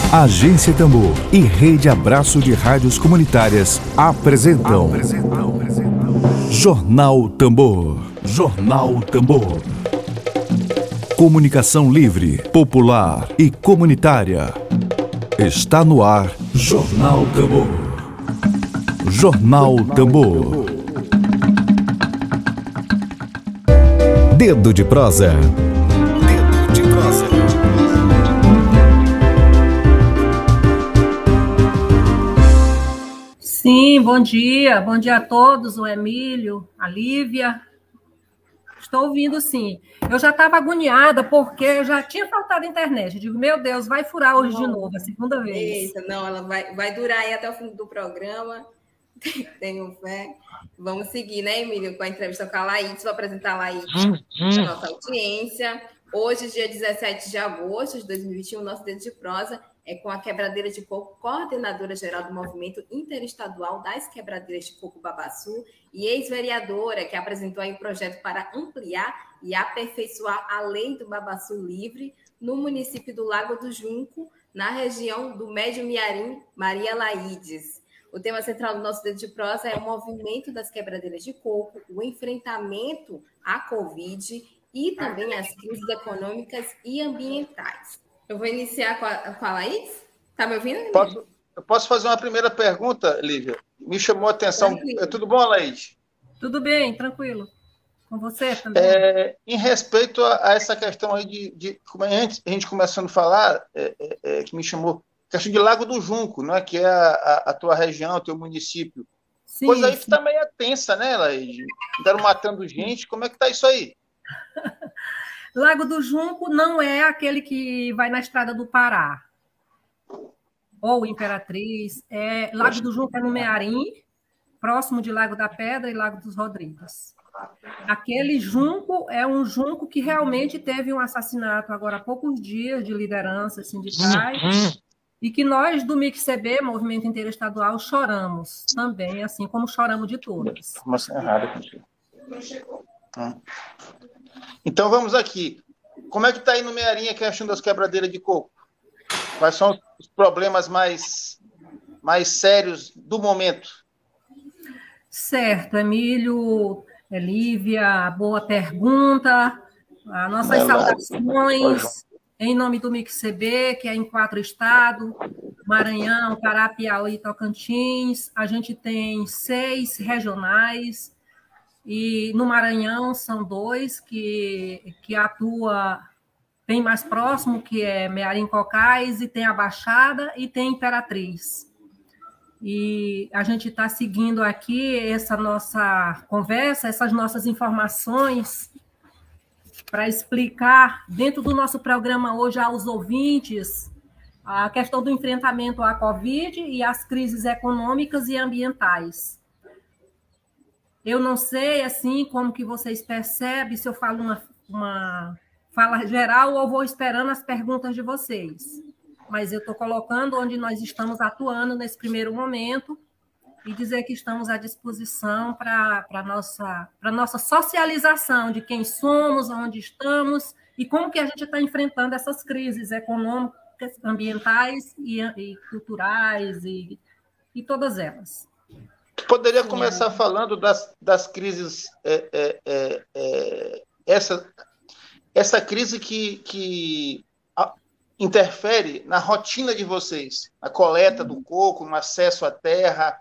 Agência Tambor e Rede Abraço de Rádios Comunitárias apresentam Jornal Tambor. Jornal Tambor. Comunicação livre, popular e comunitária. Está no ar Jornal Tambor. Jornal Tambor. Dedo de prosa. Dedo de prosa. Sim, bom dia a todos, o Emílio, a Lívia. Estou ouvindo, sim. Eu já estava agoniada porque já tinha faltado internet. Eu digo, meu Deus, vai furar hoje de novo, a segunda vez. Eita, não, ela vai durar aí até o fim do programa. Tenho fé. Vamos seguir, né, Emílio, com a entrevista com a Laís. Vou apresentar a Laís para a nossa audiência. Hoje, dia 17 de agosto de 2021, nosso Dedo de Prosa é com a Quebradeira de Coco, coordenadora geral do Movimento Interestadual das Quebradeiras de Coco Babaçu e ex-vereadora que apresentou aí um projeto para ampliar e aperfeiçoar a lei do Babaçu livre no município do Lago do Junco, na região do Médio Miarim, Maria Laídes. O tema central do nosso Dedo de Prosa é o movimento das quebradeiras de coco, o enfrentamento à Covid e também as crises econômicas e ambientais. Eu vou iniciar com a Laís. Está me ouvindo? Eu posso fazer uma primeira pergunta, Lívia? Me chamou a atenção. Tudo bom, Laís? Tudo bem, tranquilo. Com você também. Em respeito a essa questão aí como a gente começando a falar, que me chamou, questão de Lago do Junco, né, que é a tua região, o teu município. Sim, coisa aí que sim. está meio tensa, né, Laís? Andaram matando gente. Como é que está isso aí? Lago do Junco não é aquele que vai na estrada do Pará, ou Imperatriz. Lago do Junco é no Mearim, próximo de Lago da Pedra e Lago dos Rodrigues. Aquele junco é um junco que realmente teve um assassinato agora há poucos dias de lideranças sindicais e que nós do MIC-CB, Movimento Interestadual, choramos também, assim como choramos de todas. Informação errada contigo. Então vamos aqui. Como é que está aí no Mearim a questão das quebradeiras de coco? Quais são os problemas mais sérios do momento? Certo, Emílio, Lívia, boa pergunta. As nossas saudações em nome do MIC-CB, que é em 4 estados, Maranhão, Pará, Piauí e Tocantins. A gente tem 6 regionais, e no Maranhão são 2 que atua bem mais próximo, que é Mearim Cocais, e tem a Baixada e tem Imperatriz. E a gente está seguindo aqui essa nossa conversa, essas nossas informações, para explicar, dentro do nosso programa hoje, aos ouvintes, a questão do enfrentamento à Covid e às crises econômicas e ambientais. Eu não sei, assim, como que vocês percebem, se eu falo uma fala geral ou vou esperando as perguntas de vocês. Mas eu estou colocando onde nós estamos atuando nesse primeiro momento e dizer que estamos à disposição para a nossa socialização de quem somos, onde estamos e como que a gente está enfrentando essas crises econômicas, ambientais e culturais e todas elas. Tu poderia começar falando das crises, essa crise que interfere na rotina de vocês, na coleta do coco, no acesso à terra,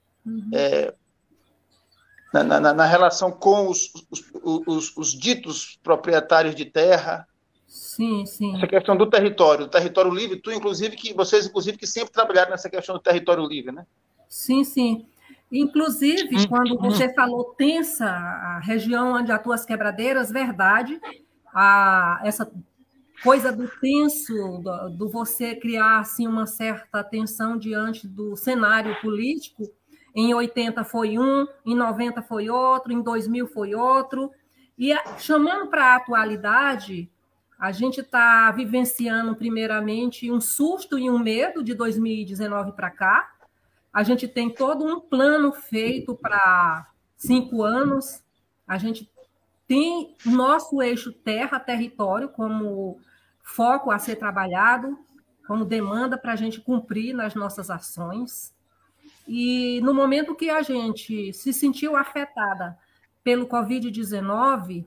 na relação com os ditos proprietários de terra. Sim, sim. Essa questão do território livre, vocês, inclusive, que sempre trabalharam nessa questão do território livre, né? Sim, sim. Inclusive, quando você falou tensa, a região onde atuam as quebradeiras, verdade, essa coisa do tenso, do você criar assim, uma certa tensão diante do cenário político. Em 80 foi um, em 90 foi outro, em 2000 foi outro. E chamando para a atualidade, a gente está vivenciando, primeiramente, um susto e um medo de 2019 para cá. A gente tem todo um plano feito para 5 anos. A gente tem nosso eixo terra-território como foco a ser trabalhado. como demanda para a gente cumprir nas nossas ações. E no momento que a gente se sentiu afetada pelo Covid-19,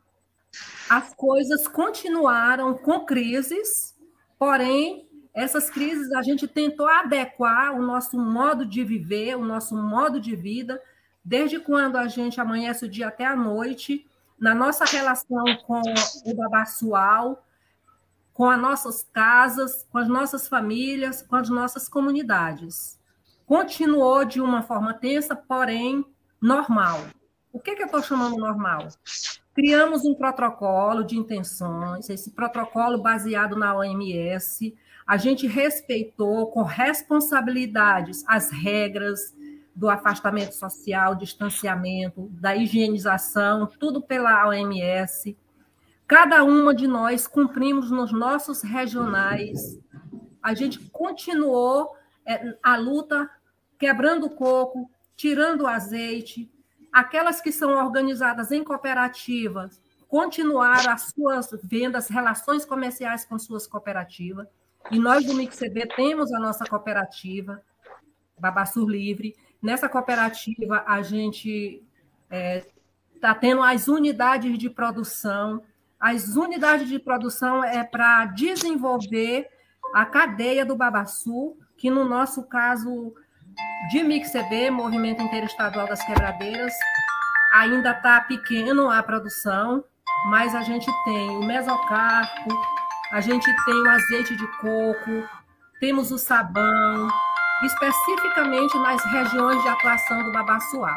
as coisas continuaram com crises, porém, essas crises a gente tentou adequar o nosso modo de viver, o nosso modo de vida, desde quando a gente amanhece o dia até a noite, na nossa relação com o babaçual, com as nossas casas, com as nossas famílias, com as nossas comunidades. Continuou de uma forma tensa, porém normal. O que eu estou chamando normal? Criamos um protocolo de intenções, esse protocolo baseado na OMS, a gente respeitou com responsabilidades as regras do afastamento social, distanciamento, da higienização, tudo pela OMS. Cada uma de nós cumprimos nos nossos regionais. A gente continuou a luta, quebrando o coco, tirando o azeite. Aquelas que são organizadas em cooperativas continuaram as suas vendas, relações comerciais com suas cooperativas. E nós do MixCB temos a nossa cooperativa, Babaçu Livre. Nessa cooperativa, a gente está tendo as unidades de produção. As unidades de produção é para desenvolver a cadeia do babaçu, que no nosso caso de MixCB, Movimento Interestadual das Quebradeiras, ainda está pequeno a produção, mas a gente tem o mesocarpo, a gente tem o azeite de coco, temos o sabão, especificamente nas regiões de atuação do babaçual.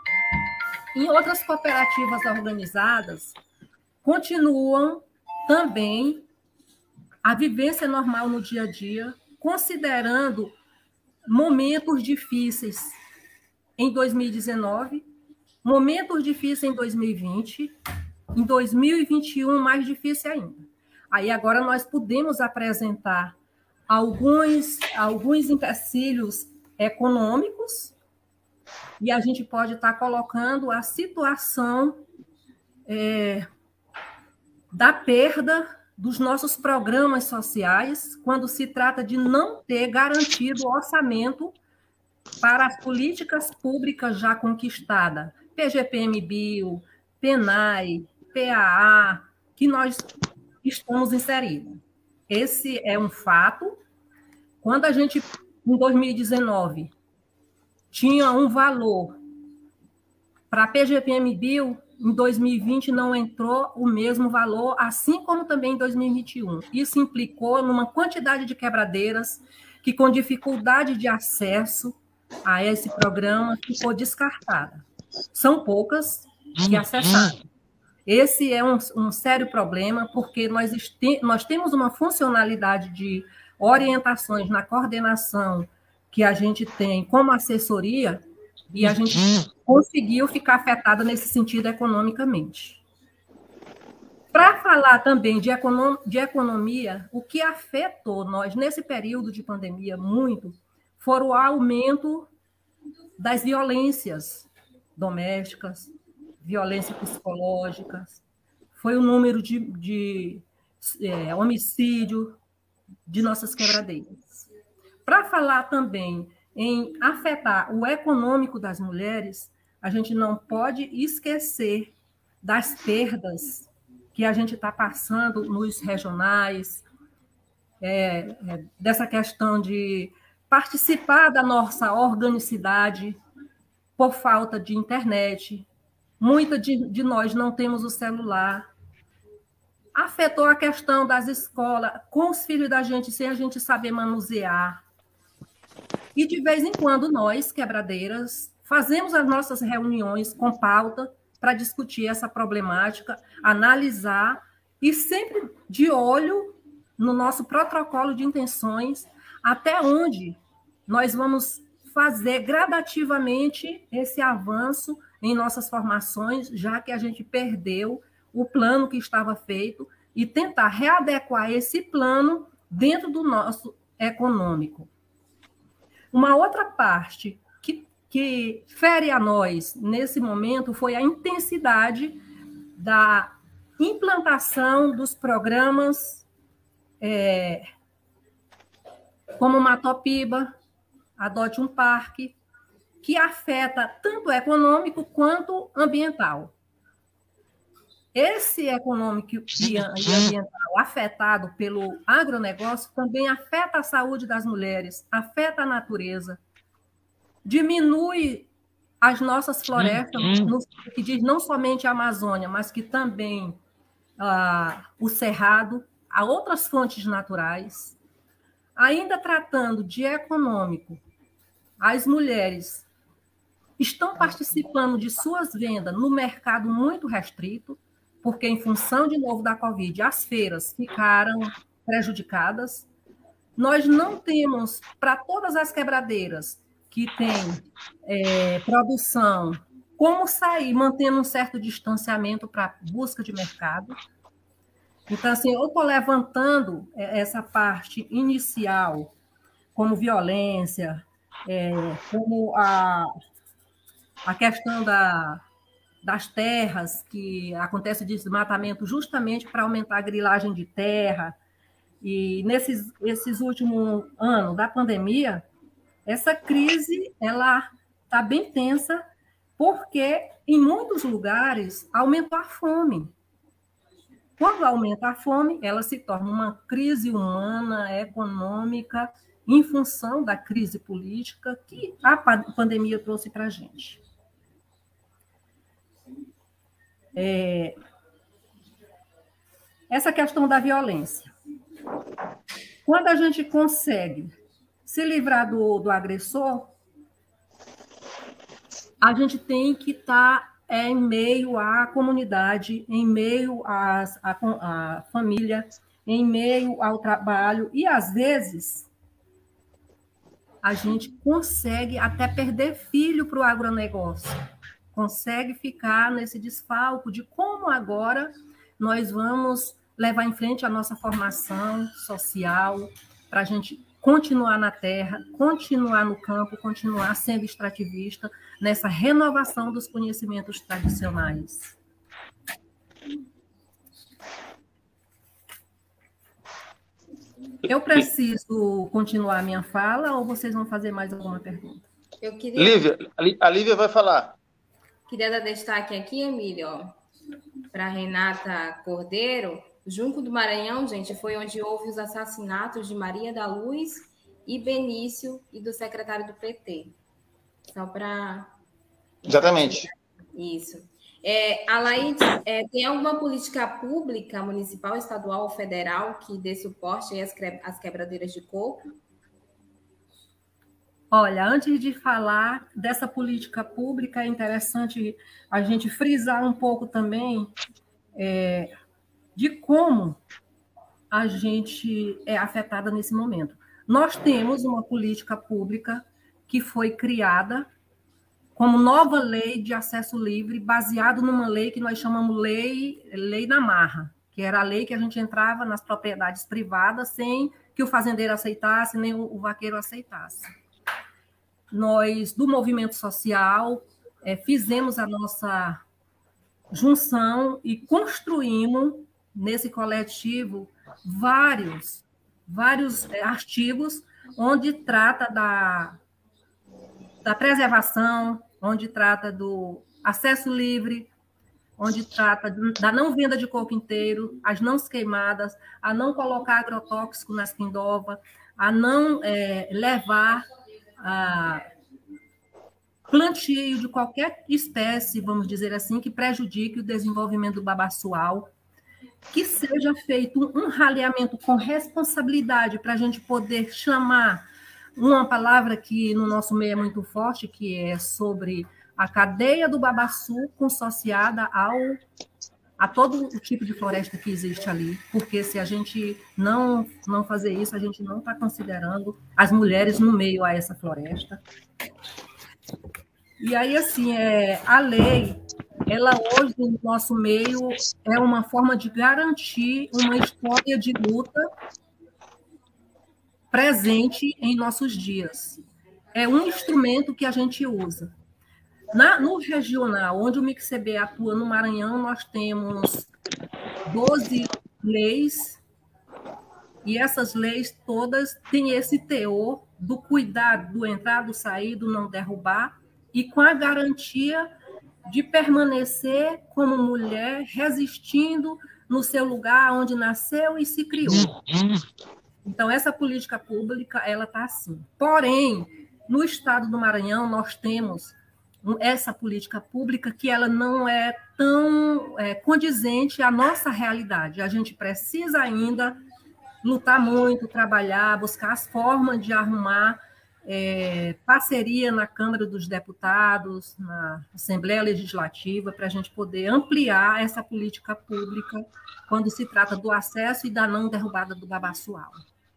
Em outras cooperativas organizadas, continuam também a vivência normal no dia a dia, considerando momentos difíceis em 2019, momentos difíceis em 2020, em 2021 mais difícil ainda. Aí agora nós podemos apresentar alguns empecilhos econômicos e a gente pode estar colocando a situação da perda dos nossos programas sociais, quando se trata de não ter garantido orçamento para as políticas públicas já conquistadas, PGPM-BIO, PENAI, PAA, que nós estamos inseridos. Esse é um fato. Quando a gente, em 2019, tinha um valor para PGPM-BIO, em 2020 não entrou o mesmo valor, assim como também em 2021. Isso implicou numa quantidade de quebradeiras que, com dificuldade de acesso a esse programa, ficou descartada. São poucas que acessaram. Esse é um sério problema, porque nós temos uma funcionalidade de orientações na coordenação que a gente tem como assessoria, e a gente conseguiu ficar afetada nesse sentido economicamente. Para falar também de economia, o que afetou nós nesse período de pandemia muito foram o aumento das violências domésticas, violência psicológica, foi o número de homicídio de nossas quebradeiras. Para falar também em afetar o econômico das mulheres, a gente não pode esquecer das perdas que a gente está passando nos regionais, dessa questão de participar da nossa organicidade por falta de internet. Muitas de nós não temos o celular. Afetou a questão das escolas, com os filhos da gente, sem a gente saber manusear. E, de vez em quando, nós, quebradeiras, fazemos as nossas reuniões com pauta para discutir essa problemática, analisar, e sempre de olho no nosso protocolo de intenções, até onde nós vamos fazer gradativamente esse avanço em nossas formações, já que a gente perdeu o plano que estava feito, e tentar readequar esse plano dentro do nosso econômico. Uma outra parte que fere a nós nesse momento foi a intensidade da implantação dos programas como Matopiba, Adote um Parque, que afeta tanto econômico quanto ambiental. Esse econômico e ambiental afetado pelo agronegócio também afeta a saúde das mulheres, afeta a natureza, diminui as nossas florestas, que diz não somente a Amazônia, mas que também o Cerrado, há outras fontes naturais. Ainda tratando de econômico, as mulheres estão participando de suas vendas no mercado muito restrito, porque, em função, de novo, da Covid, as feiras ficaram prejudicadas. Nós não temos, para todas as quebradeiras que têm produção, como sair mantendo um certo distanciamento para busca de mercado. Então, assim, eu estou levantando essa parte inicial, como violência, como a questão das terras, que acontece o desmatamento justamente para aumentar a grilagem de terra. E nesses últimos anos da pandemia, essa crise ela está bem tensa, porque em muitos lugares aumentou a fome. Quando aumenta a fome, ela se torna uma crise humana, econômica, em função da crise política que a pandemia trouxe para a gente. Essa questão da violência. Quando a gente consegue se livrar do agressor, a gente tem que estar em meio à comunidade, em meio à família, em meio ao trabalho, e, às vezes, a gente consegue até perder filho para o agronegócio, consegue ficar nesse desfalco de como agora nós vamos levar em frente a nossa formação social para a gente continuar na terra, continuar no campo, continuar sendo extrativista nessa renovação dos conhecimentos tradicionais. Eu preciso continuar a minha fala ou vocês vão fazer mais alguma pergunta? Lívia, a Lívia vai falar. Queria dar destaque aqui, Emílio, para Renata Cordeiro. Junco do Maranhão, gente, foi onde houve os assassinatos de Maria da Luz e Benício e do secretário do PT. Só para... Exatamente. Isso. Alaide, tem alguma política pública, municipal, estadual ou federal que dê suporte às quebradeiras de coco? Olha, antes de falar dessa política pública, é interessante a gente frisar um pouco também de como a gente é afetada nesse momento. Nós temos uma política pública que foi criada como nova lei de acesso livre, baseado numa lei que nós chamamos lei da marra, que era a lei que a gente entrava nas propriedades privadas sem que o fazendeiro aceitasse, nem o vaqueiro aceitasse. Nós, do movimento social, fizemos a nossa junção e construímos, nesse coletivo, vários artigos onde trata da preservação, onde trata do acesso livre, onde trata da não venda de coco inteiro, as não queimadas, a não colocar agrotóxico nas quindovas, a não levar plantio de qualquer espécie, vamos dizer assim, que prejudique o desenvolvimento do babaçual, que seja feito um raleamento com responsabilidade para a gente poder chamar uma palavra que no nosso meio é muito forte, que é sobre a cadeia do babaçu consociada a todo o tipo de floresta que existe ali, porque se a gente não fazer isso, a gente não está considerando as mulheres no meio a essa floresta. E aí, assim, a lei, ela hoje, no nosso meio, é uma forma de garantir uma história de luta presente em nossos dias. É um instrumento que a gente usa. No regional, onde o MICCB atua no Maranhão, nós temos 12 leis E essas leis todas têm esse teor do cuidado, do entrar, do sair, do não derrubar, e com a garantia de permanecer como mulher, resistindo no seu lugar onde nasceu e se criou. Então, essa política pública, ela está assim. Porém, no estado do Maranhão, nós temos essa política pública que ela não é tão condizente à nossa realidade. A gente precisa ainda lutar muito, trabalhar, buscar as formas de arrumar parceria na Câmara dos Deputados, na Assembleia Legislativa, para a gente poder ampliar essa política pública quando se trata do acesso e da não derrubada do babaçoal.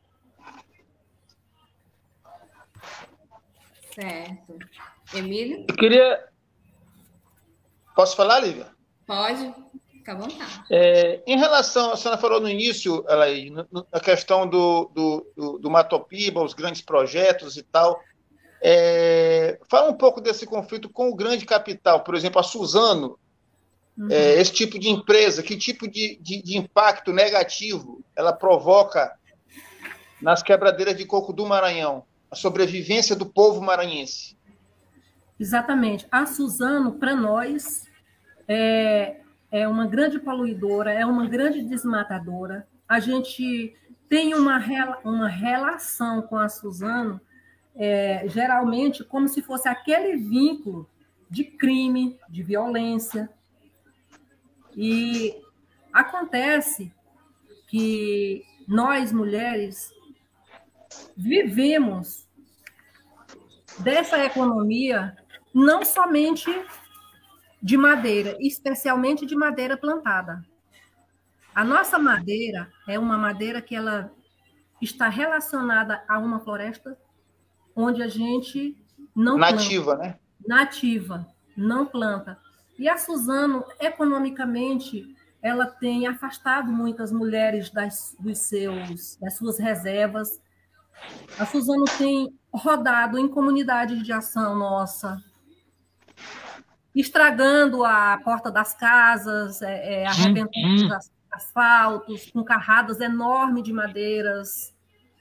Certo. Emílio? Eu queria... Posso falar, Lívia? Pode, fica à vontade. Em relação, a senhora falou no início, Alaide, na questão do Matopiba, os grandes projetos e tal. Fala um pouco desse conflito com o grande capital, por exemplo, a Suzano, esse tipo de empresa, que tipo de impacto negativo ela provoca nas quebradeiras de coco do Maranhão, a sobrevivência do povo maranhense? Exatamente. A Suzano, para nós, é uma grande poluidora, é uma grande desmatadora. A gente tem uma relação com a Suzano, geralmente, como se fosse aquele vínculo de crime, de violência. E acontece que nós, mulheres, vivemos dessa economia não somente de madeira, especialmente de madeira plantada. A nossa madeira é uma madeira que ela está relacionada a uma floresta onde a gente não nativa, planta. Né? Nativa, não planta. E a Suzano, economicamente, ela tem afastado muitas mulheres das suas reservas. A Suzano tem rodado em comunidades de ação nossa, estragando a porta das casas, arrebentando os asfaltos, com carradas enormes de madeiras.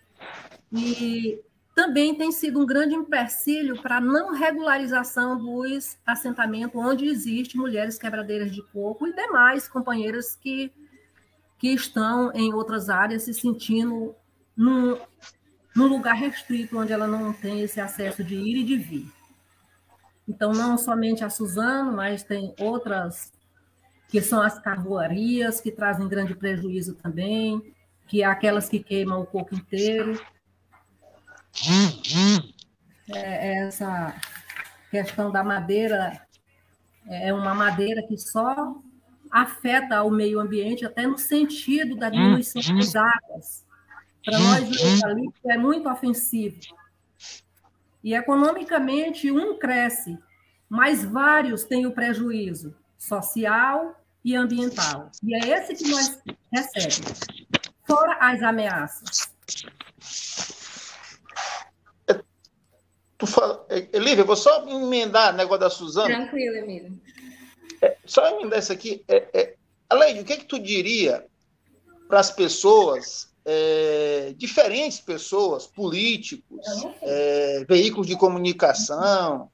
E também tem sido um grande empecilho para a não regularização dos assentamentos onde existem mulheres quebradeiras de coco e demais companheiras que estão em outras áreas se sentindo num lugar restrito, onde ela não tem esse acesso de ir e de vir. Então, não somente a Suzano, mas tem outras, que são as carvoarias, que trazem grande prejuízo também, que é aquelas que queimam o coco inteiro. Essa questão da madeira é uma madeira que só afeta o meio ambiente, até no sentido da diminuição das águas. Para nós, o eucalipto é muito ofensivo. E, economicamente, um cresce, mas vários têm o prejuízo social e ambiental. E é esse que nós recebemos, fora as ameaças. Lívia, vou só emendar o negócio da Suzano. Tranquilo, Emílio. Só emendar isso aqui. Alaide, o que tu diria para as pessoas... diferentes pessoas, políticos, veículos de comunicação,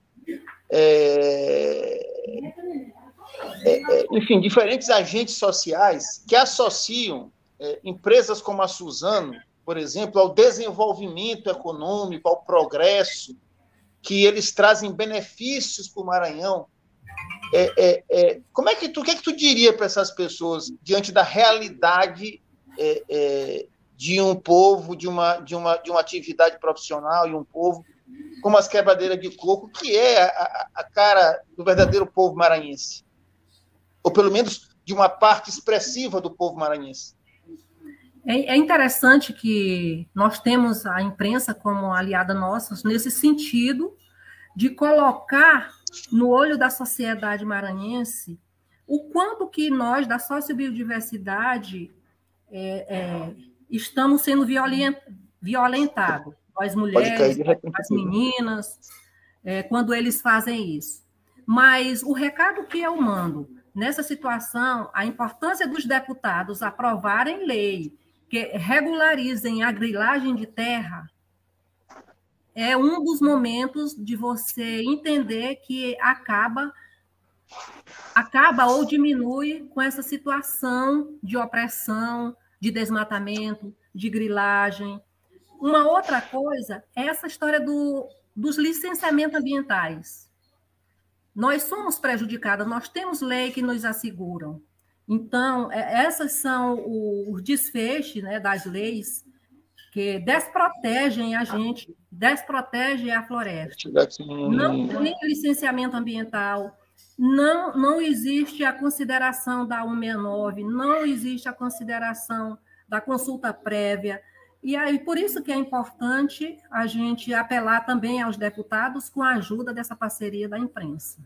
enfim, diferentes agentes sociais que associam empresas como a Suzano, por exemplo, ao desenvolvimento econômico, ao progresso, que eles trazem benefícios para o Maranhão. O que é que tu diria para essas pessoas diante da realidade de um povo, de uma atividade profissional e um povo como as quebradeiras de coco, que é a cara do verdadeiro povo maranhense? Ou pelo menos de uma parte expressiva do povo maranhense. É interessante que nós temos a imprensa como aliada nossa nesse sentido de colocar no olho da sociedade maranhense o quanto que nós, da sociobiodiversidade, estamos sendo violentados. Nós mulheres, as meninas, quando eles fazem isso. Mas o recado que eu mando nessa situação, a importância dos deputados aprovarem lei que regularizem a grilagem de terra, é um dos momentos de você entender que acaba ou diminui com essa situação de opressão, de desmatamento, de grilagem. Uma outra coisa é essa história dos licenciamentos ambientais. Nós somos prejudicadas, nós temos lei que nos asseguram. Então, essas são os desfechos, né, das leis que desprotegem a gente, desprotegem a floresta. Não tem licenciamento ambiental, não existe a consideração da 169, não existe a consideração da consulta prévia. E aí, por isso que é importante a gente apelar também aos deputados com a ajuda dessa parceria da imprensa.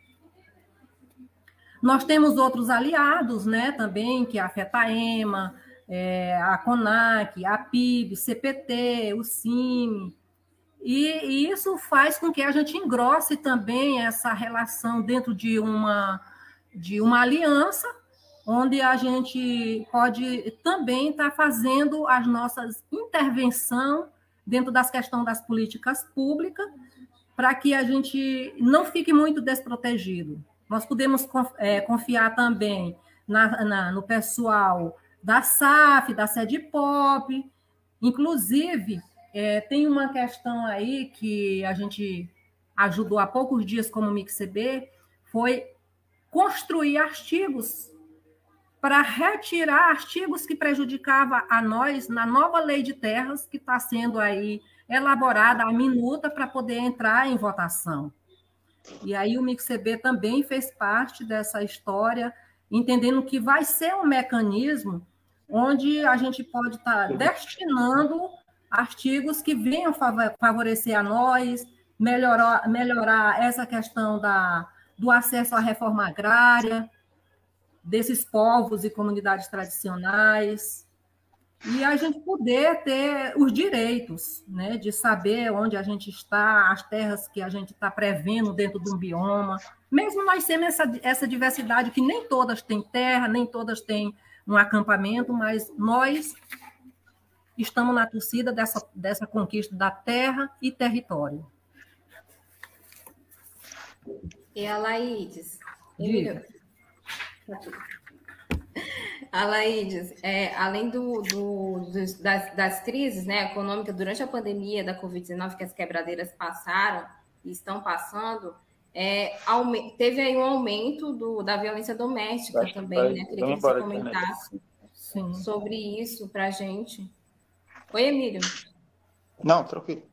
Nós temos outros aliados, né, também, que é a FETAEMA, a CONAC, a PIB, CPT, o CIMI, e isso faz com que a gente engrosse também essa relação dentro de uma aliança, onde a gente pode também estar fazendo as nossas intervenções dentro das questões das políticas públicas, para que a gente não fique muito desprotegido. Nós podemos confiar também no pessoal da SAF, da SEDPOP. Inclusive, tem uma questão aí que a gente ajudou há poucos dias como MICCB, foi construir artigos para retirar artigos que prejudicavam a nós na nova lei de terras que está sendo aí elaborada a minuta para poder entrar em votação. E aí o MICCB também fez parte dessa história, entendendo que vai ser um mecanismo onde a gente pode estar destinando artigos que venham favorecer a nós, melhorar essa questão do acesso à reforma agrária, desses povos e comunidades tradicionais, e a gente poder ter os direitos, né, de saber onde a gente está, as terras que a gente está prevendo dentro de um bioma, mesmo nós temos essa diversidade, que nem todas têm terra, nem todas têm um acampamento, mas nós estamos na torcida dessa conquista da terra e território. E a Laídes? Diga. A Laídes, além das crises, né, econômicas durante a pandemia da Covid-19, que as quebradeiras passaram e estão passando, teve aí um aumento da violência doméstica também, né? Queria que você comentasse sobre isso para a gente. Oi, Emílio. Não, tranquilo.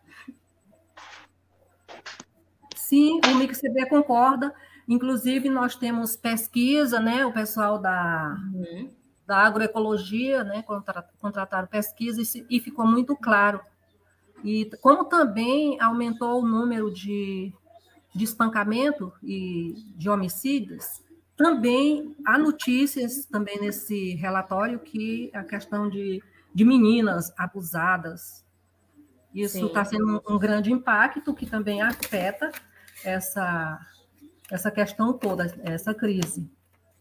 Sim, o MICCB concorda. Inclusive, nós temos pesquisa, né? O pessoal da agroecologia, né? Contrataram pesquisa e ficou muito claro. E como também aumentou o número de espancamento e de homicídios, também há notícias também nesse relatório que a questão de meninas abusadas, isso está sendo um grande impacto que também afeta essa questão toda, essa crise.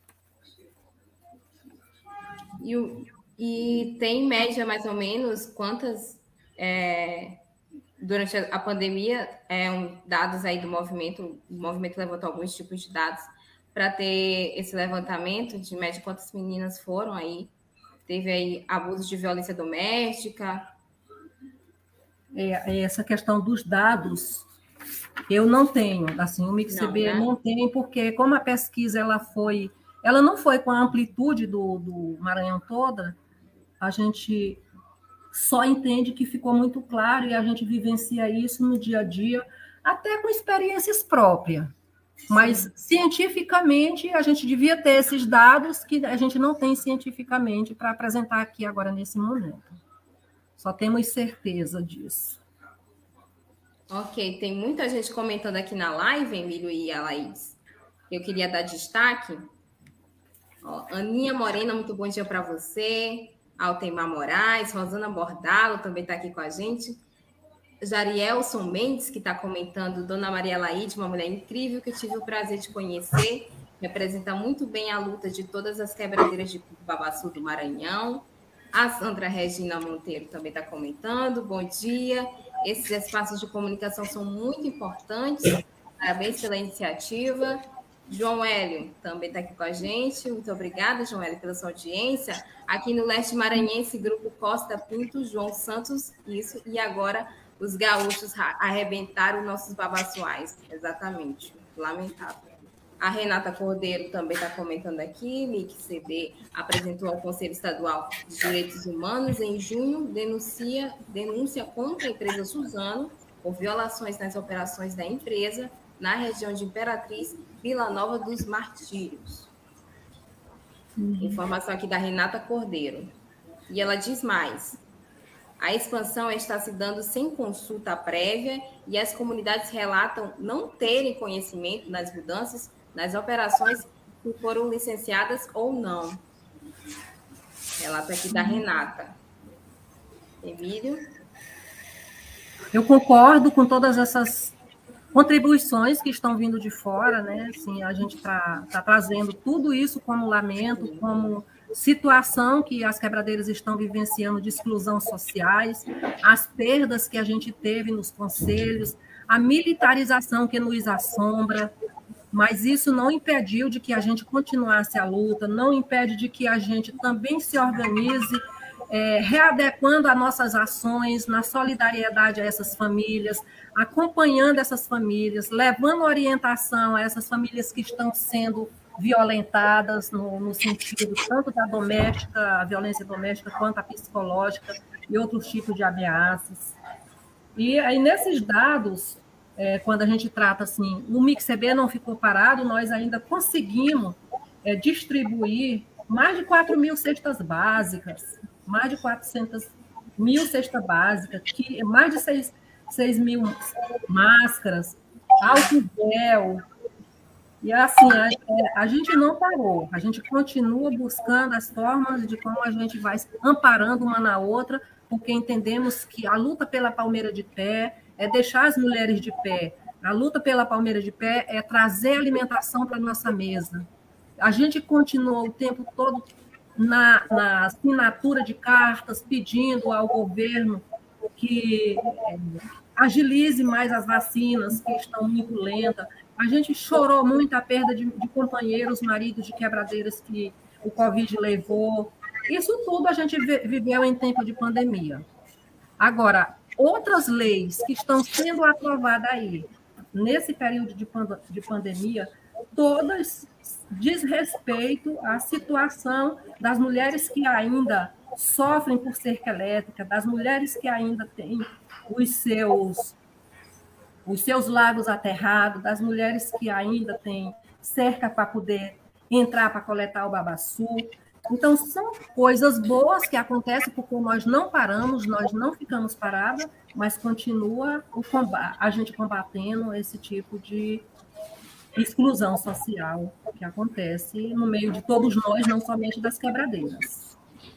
E tem média, mais ou menos, quantas, durante a pandemia, dados aí do movimento, o movimento levantou alguns tipos de dados para ter esse levantamento de média, quantas meninas foram aí, teve aí abuso de violência doméstica? Essa questão dos dados, eu não tenho, assim, o MICCB não tem, porque como a pesquisa ela não foi com a amplitude do Maranhão toda, a gente só entende que ficou muito claro e a gente vivencia isso no dia a dia, até com experiências próprias. Mas, cientificamente, a gente devia ter esses dados que a gente não tem cientificamente para apresentar aqui agora nesse momento. Só temos certeza disso. Ok, tem muita gente comentando aqui na live, Emílio e a Laís. Eu queria dar destaque. Aninha Morena, muito bom dia para você. Altemar Moraes, Rosana Bordalo também está aqui com a gente. Jarielson Mendes, que está comentando, Dona Maria Laide, uma mulher incrível que eu tive o prazer de conhecer, representa muito bem a luta de todas as quebradeiras de Babaçu do Maranhão. A Sandra Regina Monteiro também está comentando. Bom dia. Esses espaços de comunicação são muito importantes. Parabéns pela iniciativa. João Hélio também está aqui com a gente. Muito obrigada, João Hélio, pela sua audiência. Aqui no Leste Maranhense, Grupo Costa Pinto, João Santos, isso. E agora os gaúchos arrebentaram nossos babaçoais. Exatamente. Lamentável. A Renata Cordeiro também está comentando aqui. MIC-CB apresentou ao Conselho Estadual de Direitos Humanos em junho denúncia contra a empresa Suzano por violações nas operações da empresa na região de Imperatriz, Vila Nova dos Martírios. Informação aqui da Renata Cordeiro. E ela diz mais: a expansão está se dando sem consulta prévia e as comunidades relatam não terem conhecimento das mudanças nas operações que foram licenciadas ou não. Relato aqui da Renata. Emílio? Eu concordo com todas essas contribuições que estão vindo de fora, né? Assim, a gente está trazendo tudo isso como lamento, como situação que as quebradeiras estão vivenciando de exclusão sociais, as perdas que a gente teve nos conselhos, a militarização que nos assombra, mas isso não impediu de que a gente continuasse a luta, não impede de que a gente também se organize, readequando as nossas ações na solidariedade a essas famílias, acompanhando essas famílias, levando orientação a essas famílias que estão sendo violentadas no sentido tanto da doméstica, a violência doméstica, quanto a psicológica e outros tipos de ameaças. E aí, nesses dados, quando a gente trata assim, o MIC-CB não ficou parado, nós ainda conseguimos distribuir mais de 4.000 cestas básicas, mais de 400.000 cestas básicas, mais de 6.000 máscaras, álcool gel. E assim, a gente não parou, a gente continua buscando as formas de como a gente vai amparando uma na outra, porque entendemos que a luta pela palmeira de pé é deixar as mulheres de pé, a luta pela palmeira de pé é trazer alimentação para a nossa mesa. A gente continuou o tempo todo na assinatura de cartas, pedindo ao governo que agilize mais as vacinas, que estão muito lentas. A gente chorou muito a perda de companheiros, maridos de quebradeiras que o Covid levou. Isso tudo a gente viveu em tempo de pandemia. Agora, outras leis que estão sendo aprovadas aí, nesse período de pandemia, todas diz respeito à situação das mulheres que ainda sofrem por cerca elétrica, das mulheres que ainda têm os seus lagos aterrados, das mulheres que ainda têm cerca para poder entrar para coletar o babaçu. Então, são coisas boas que acontecem porque nós não paramos, nós não ficamos parados, mas continua a gente combatendo esse tipo de exclusão social que acontece no meio de todos nós, não somente das quebradeiras.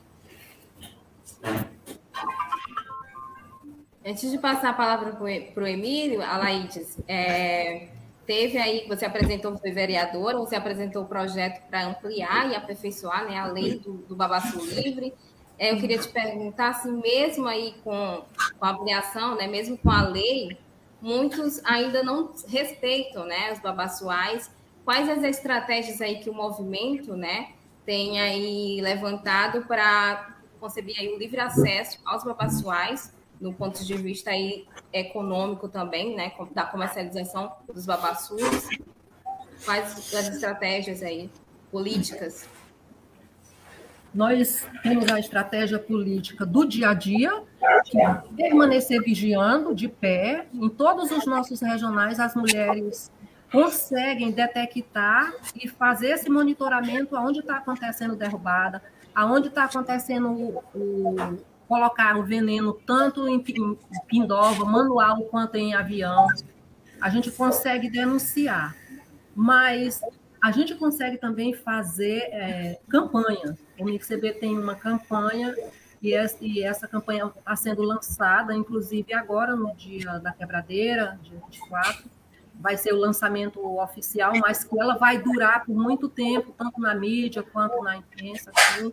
Antes de passar a palavra para o Emílio, Alaides, teve aí, você apresentou, foi vereadora, você apresentou o projeto para ampliar e aperfeiçoar, né, a lei do babaçu livre. Eu queria te perguntar se mesmo aí com a ampliação, né, mesmo com a lei, muitos ainda não respeitam, né, os babaçuais. Quais as estratégias aí que o movimento, né, tem aí levantado para conceber aí o livre acesso aos babaçuais, no ponto de vista aí econômico também, né, da comercialização dos babaçus? Quais as estratégias aí políticas? Nós temos a estratégia política do dia a dia, que é permanecer vigiando de pé. Em todos os nossos regionais, as mulheres conseguem detectar e fazer esse monitoramento aonde está acontecendo derrubada, aonde está acontecendo colocar o veneno tanto em pindova, manual, quanto em avião. A gente consegue denunciar, mas a gente consegue também fazer campanha. O MIC-CB tem uma campanha e essa campanha está sendo lançada, inclusive agora, no dia da quebradeira, dia 24, vai ser o lançamento oficial, mas que ela vai durar por muito tempo, tanto na mídia quanto na imprensa, assim,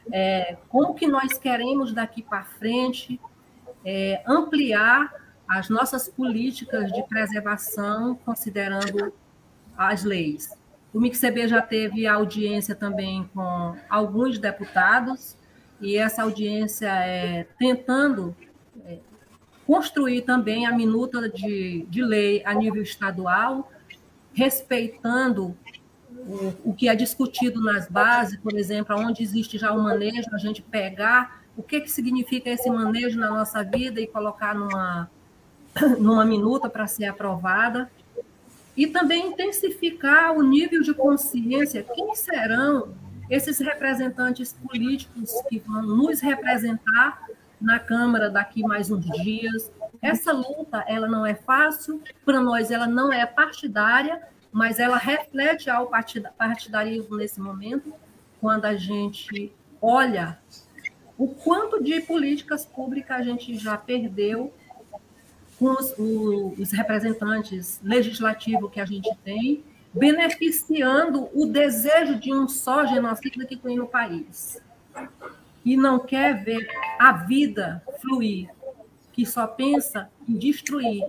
como que nós queremos daqui para frente ampliar as nossas políticas de preservação, considerando as leis. O MICCB já teve audiência também com alguns deputados, e essa audiência tentando construir também a minuta de lei a nível estadual, respeitando o que é discutido nas bases, por exemplo, onde existe já o manejo, a gente pegar o que significa esse manejo na nossa vida e colocar numa minuta para ser aprovada. E também intensificar o nível de consciência. Quem serão esses representantes políticos que vão nos representar na Câmara daqui mais uns dias? Essa luta, ela não é fácil, para nós ela não é partidária, mas ela reflete ao partidarismo nesse momento, quando a gente olha o quanto de políticas públicas a gente já perdeu com os representantes legislativos que a gente tem, beneficiando o desejo de um só genocida que tem no país. E não quer ver a vida fluir, que só pensa em destruir.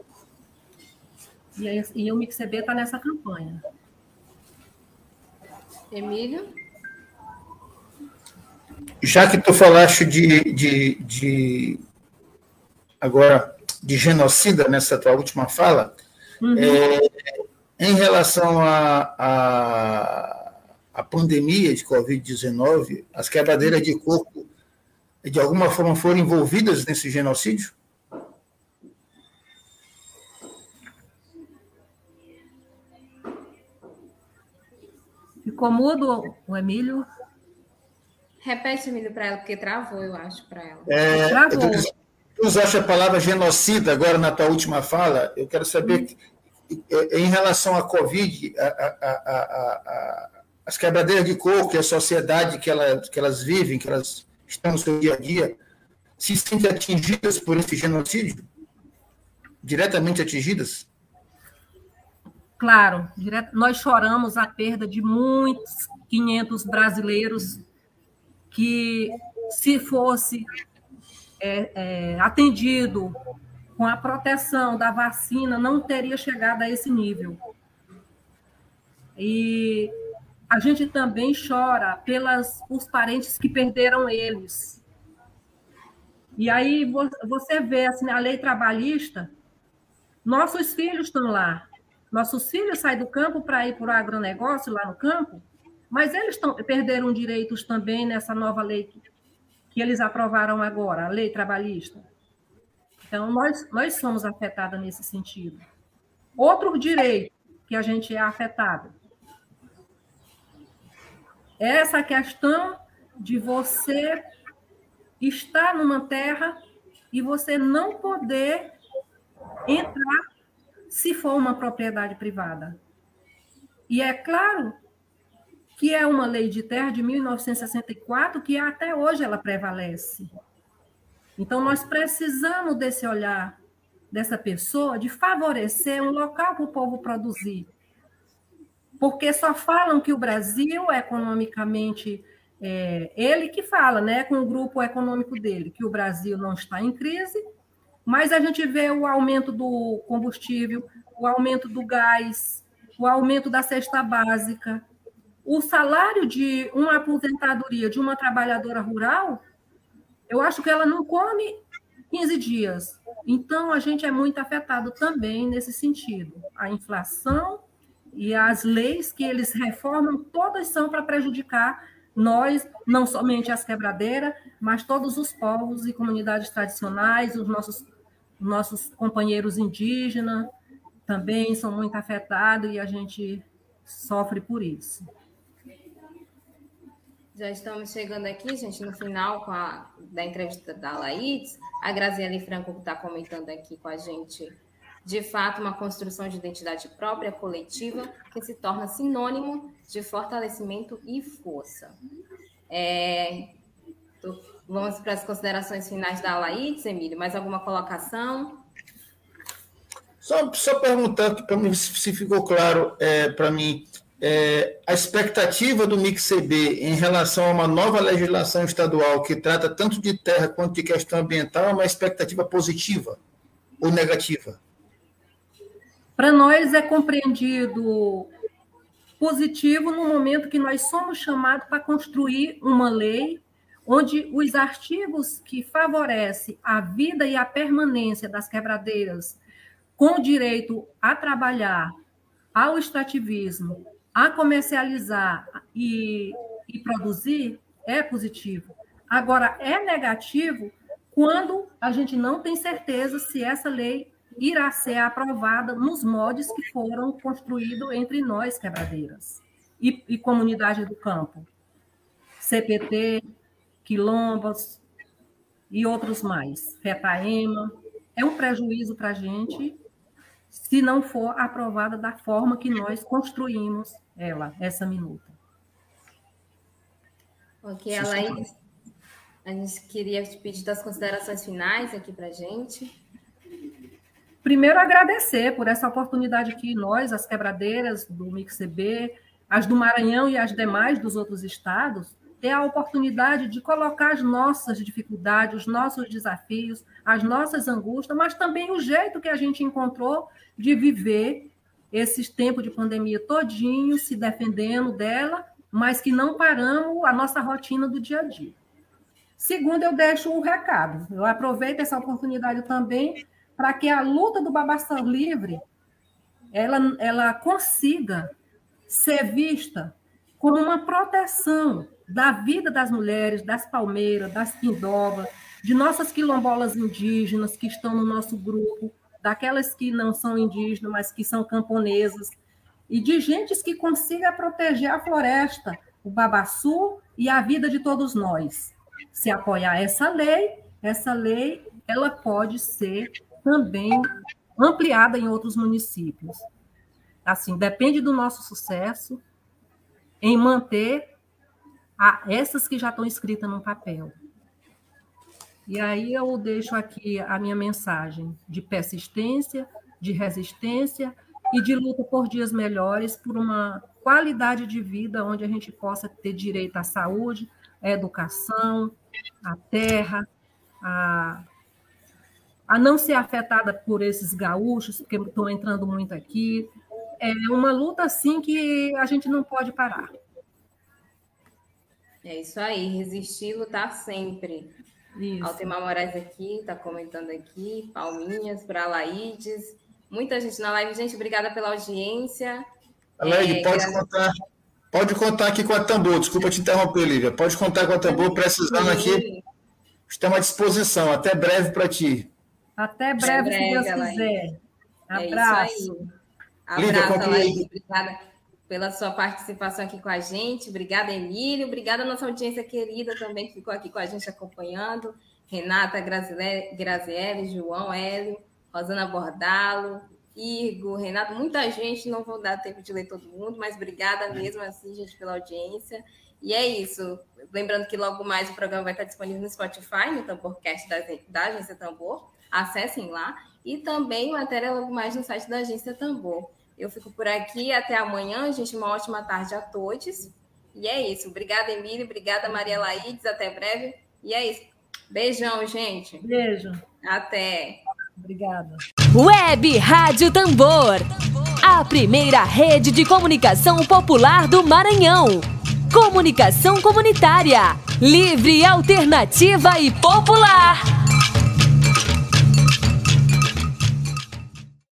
E o MICCB está nessa campanha. Emílio? Já que tu falaste agora de genocida nessa tua última fala, em relação à pandemia de Covid-19, as quebradeiras de coco, de alguma forma, foram envolvidas nesse genocídio? Ficou mudo o Emílio? Repete, Emílio, para ela, porque travou, eu acho, para ela. Travou. Tu usaste a palavra genocida agora na tua última fala. Eu quero saber, em relação à Covid, as quebradeiras de coco e a sociedade que elas vivem, que elas estão no seu dia a dia, se sentem atingidas por esse genocídio? Diretamente atingidas? Claro, nós choramos a perda de muitos 500 brasileiros que, se fosse atendido com a proteção da vacina, não teria chegado a esse nível. E a gente também chora os parentes que perderam eles. E aí você vê assim, a lei trabalhista, nossos filhos estão lá. Nossos filhos saem do campo para ir para o agronegócio lá no campo, mas eles perderam direitos também nessa nova lei que eles aprovaram agora, a lei trabalhista. Então, nós somos afetados nesse sentido. Outro direito que a gente é afetado é essa questão de você estar numa terra e você não poder entrar se for uma propriedade privada. E é claro que é uma lei de terra de 1964 que até hoje ela prevalece. Então, nós precisamos desse olhar dessa pessoa de favorecer um local para o povo produzir. Porque só falam que o Brasil, economicamente, ele que fala, né, com o grupo econômico dele, que o Brasil não está em crise, mas a gente vê o aumento do combustível, o aumento do gás, o aumento da cesta básica, o salário de uma aposentadoria de uma trabalhadora rural, eu acho que ela não come 15 dias. Então, a gente é muito afetado também nesse sentido. A inflação e as leis que eles reformam, todas são para prejudicar nós, não somente as quebradeiras, mas todos os povos e comunidades tradicionais, os nossos companheiros indígenas também são muito afetados e a gente sofre por isso. Já estamos chegando aqui, gente, no final da entrevista da Laís. A Graziele Franco está comentando aqui com a gente, de fato, uma construção de identidade própria, coletiva, que se torna sinônimo de fortalecimento e força. Vamos para as considerações finais da Laís, Emílio. Mais alguma colocação? Só perguntar, para mim, se ficou claro para mim, a expectativa do MIC-CB em relação a uma nova legislação estadual que trata tanto de terra quanto de questão ambiental é uma expectativa positiva ou negativa? Para nós é compreendido positivo no momento que nós somos chamados para construir uma lei onde os artigos que favorecem a vida e a permanência das quebradeiras com direito a trabalhar, ao extrativismo, a comercializar e produzir, é positivo. Agora, é negativo quando a gente não tem certeza se essa lei irá ser aprovada nos moldes que foram construídos entre nós, quebradeiras, e comunidade do campo, CPT, quilombos e outros mais, FETAEMA. É um prejuízo para a gente se não for aprovada da forma que nós construímos essa minuta. Ok, Alaís, a gente queria te pedir das considerações finais aqui para a gente. Primeiro, agradecer por essa oportunidade que nós, as quebradeiras do MIC-CB, as do Maranhão e as demais dos outros estados, ter a oportunidade de colocar as nossas dificuldades, os nossos desafios, as nossas angústias, mas também o jeito que a gente encontrou de viver esses tempos de pandemia todinho, se defendendo dela, mas que não paramos a nossa rotina do dia a dia. Segundo, eu deixo um recado. Eu aproveito essa oportunidade também para que a luta do Babaçu Livre ela consiga ser vista como uma proteção da vida das mulheres, das palmeiras, das quindobas, de nossas quilombolas indígenas que estão no nosso grupo, daquelas que não são indígenas, mas que são camponesas, e de gente que consiga proteger a floresta, o Babaçu e a vida de todos nós. Se apoiar essa lei ela pode ser também ampliada em outros municípios. Assim, depende do nosso sucesso em manter essas que já estão escritas no papel. E aí eu deixo aqui a minha mensagem de persistência, de resistência e de luta por dias melhores, por uma qualidade de vida onde a gente possa ter direito à saúde, à educação, à terra, a não ser afetada por esses gaúchos, porque estão entrando muito aqui. É uma luta, assim, que a gente não pode parar. É isso aí, resistir, lutar sempre. Isso. Altemar Moraes aqui, está comentando aqui, palminhas para a Laídes. Muita gente na live. Gente, obrigada pela audiência. Laíde, pode contar aqui com a Tambor. Desculpa te interromper, Lívia. Pode contar com a Tambor, precisando aqui. Estamos à disposição. Até breve para ti. Até breve, se Deus quiser. Abraço. Abraço, Laíde. Obrigada pela sua participação aqui com a gente. Obrigada, Emílio. Obrigada à nossa audiência querida também, que ficou aqui com a gente acompanhando. Renata, Graziele, João, Hélio, Rosana Bordalo, Irgo, Renato, muita gente. Não vou dar tempo de ler todo mundo, mas obrigada mesmo assim, gente, pela audiência. E é isso. Lembrando que logo mais o programa vai estar disponível no Spotify, no Tamborcast da Agência Tambor. Acessem lá. E também matéria logo mais no site da Agência Tambor. Eu fico por aqui. Até amanhã, gente. Uma ótima tarde a todos. E é isso. Obrigada, Emílio. Obrigada, Maria Laídes. Até breve. E é isso. Beijão, gente. Beijo. Até. Obrigada. Web Rádio Tambor. A primeira rede de comunicação popular do Maranhão. Comunicação comunitária. Livre, alternativa e popular.